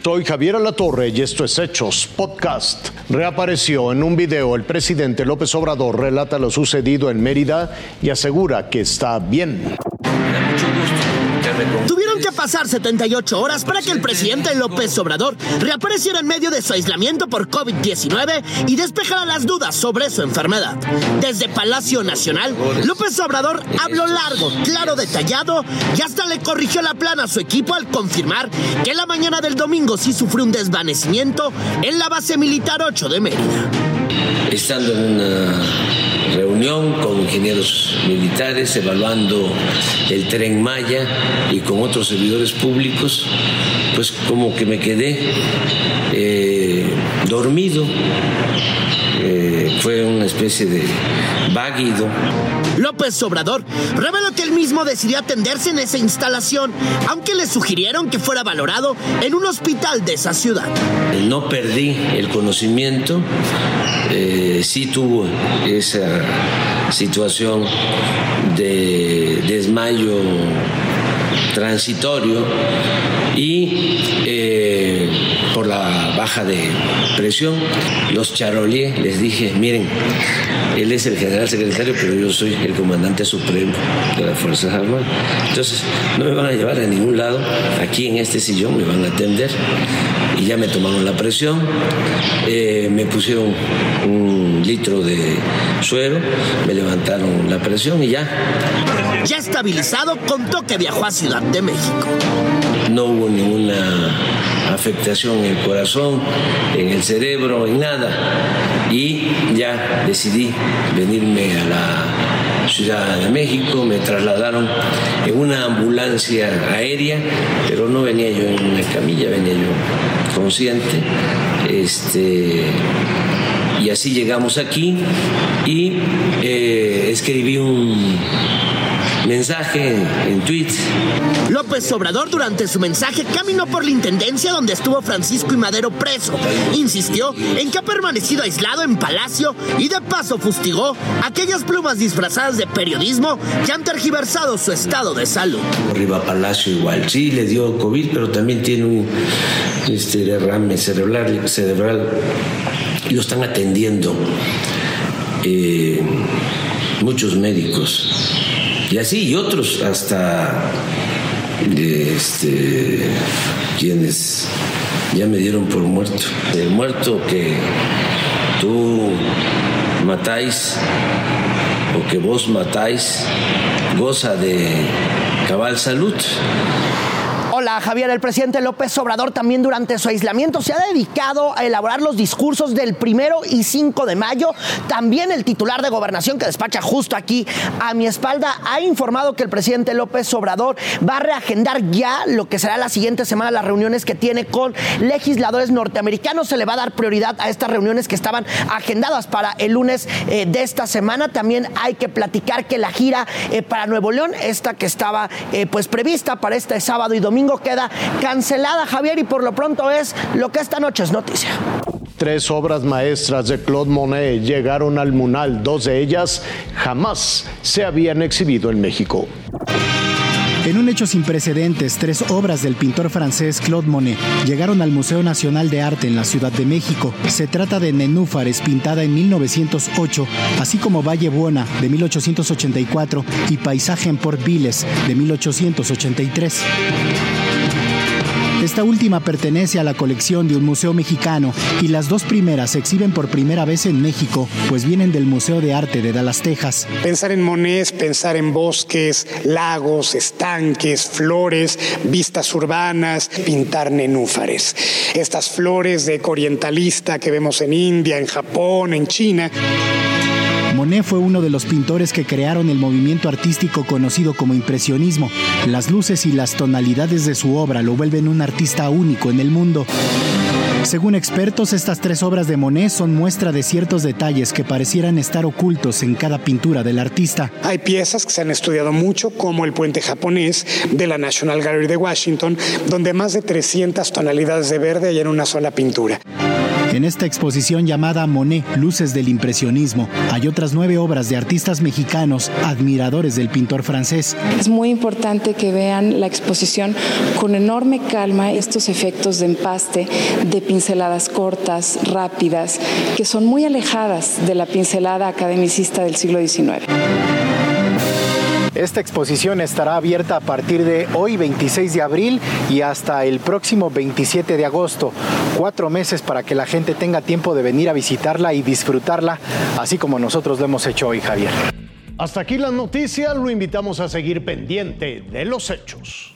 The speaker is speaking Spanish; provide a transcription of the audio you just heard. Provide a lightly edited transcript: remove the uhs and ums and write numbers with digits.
Soy Javier Alatorre y esto es Hechos Podcast. Reapareció en un video el presidente López Obrador, relata lo sucedido en Mérida y asegura que está bien. Tuvieron que pasar 78 horas para que el presidente López Obrador reapareciera en medio de su aislamiento por COVID-19 y despejara las dudas sobre su enfermedad. Desde Palacio Nacional, López Obrador habló largo, claro, detallado y hasta le corrigió la plana a su equipo al confirmar que la mañana del domingo sí sufrió un desvanecimiento en la base militar 8 de Mérida. Estando en una reunión con ingenieros militares, evaluando el Tren Maya y con otros servidores públicos, pues como que me quedé dormido. Fue una especie de váguido. López Obrador reveló que él mismo decidió atenderse en esa instalación, aunque le sugirieron que fuera valorado en un hospital de esa ciudad. No perdí el conocimiento, sí tuvo esa situación de desmayo transitorio y por la baja de presión, los charoleé, les dije, miren, él es el general secretario, pero yo soy el comandante supremo de las Fuerzas Armadas. Entonces, no me van a llevar a ningún lado, aquí en este sillón me van a atender. Y ya me tomaron la presión, me pusieron 1 litro de suero, me levantaron la presión y ya. Ya estabilizado, contó que viajó a Ciudad de México. No hubo ninguna afectación en el corazón, en el cerebro, en nada. Y ya decidí venirme a la Ciudad de México, me trasladaron en una ambulancia aérea, pero no venía yo en una camilla, venía yo consciente. Y así llegamos aquí y escribí un mensaje en tweet. López Obrador durante su mensaje caminó por la intendencia donde estuvo Francisco I. Madero preso. Insistió en que ha permanecido aislado en Palacio y de paso fustigó aquellas plumas disfrazadas de periodismo que han tergiversado su estado de salud. Arriba Palacio igual, sí le dio COVID, pero también tiene un derrame cerebral y lo están atendiendo muchos médicos. Y así, y otros hasta quienes ya me dieron por muerto. El muerto que tú matáis o que vos matáis goza de cabal salud. Hola, Javier. El presidente López Obrador también durante su aislamiento se ha dedicado a elaborar los discursos del 1 y 5 de mayo. También el titular de Gobernación, que despacha justo aquí a mi espalda, ha informado que el presidente López Obrador va a reagendar ya lo que será la siguiente semana, las reuniones que tiene con legisladores norteamericanos. Se le va a dar prioridad a estas reuniones que estaban agendadas para el lunes de esta semana. También hay que platicar que la gira para Nuevo León, esta que estaba prevista para este sábado y domingo, queda cancelada, Javier, y por lo pronto es lo que esta noche es noticia. 3 obras maestras de Claude Monet llegaron al MUNAL. 2 de ellas jamás se habían exhibido en México. En un hecho sin precedentes, 3 obras del pintor francés Claude Monet llegaron al Museo Nacional de Arte en la Ciudad de México. Se trata de Nenúfares, pintada en 1908, así como Valle Buona, de 1884, y Paisaje en Port Viles, de 1883. Esta última pertenece a la colección de un museo mexicano y las 2 primeras se exhiben por primera vez en México, pues vienen del Museo de Arte de Dallas, Texas. Pensar en Monet es pensar en bosques, lagos, estanques, flores, vistas urbanas, pintar nenúfares. Estas flores de eco orientalista que vemos en India, en Japón, en China. Monet fue uno de los pintores que crearon el movimiento artístico conocido como impresionismo. Las luces y las tonalidades de su obra lo vuelven un artista único en el mundo. Según expertos, estas 3 obras de Monet son muestra de ciertos detalles que parecieran estar ocultos en cada pintura del artista. Hay piezas que se han estudiado mucho, como el puente japonés de la National Gallery de Washington, donde más de 300 tonalidades de verde hay en una sola pintura. En esta exposición llamada Monet, Luces del Impresionismo, hay otras 9 obras de artistas mexicanos, admiradores del pintor francés. Es muy importante que vean la exposición con enorme calma, estos efectos de empaste, de pinceladas cortas, rápidas, que son muy alejadas de la pincelada academicista del siglo XIX. Esta exposición estará abierta a partir de hoy, 26 de abril, y hasta el próximo 27 de agosto. 4 meses para que la gente tenga tiempo de venir a visitarla y disfrutarla, así como nosotros lo hemos hecho hoy, Javier. Hasta aquí las noticias, lo invitamos a seguir pendiente de los hechos.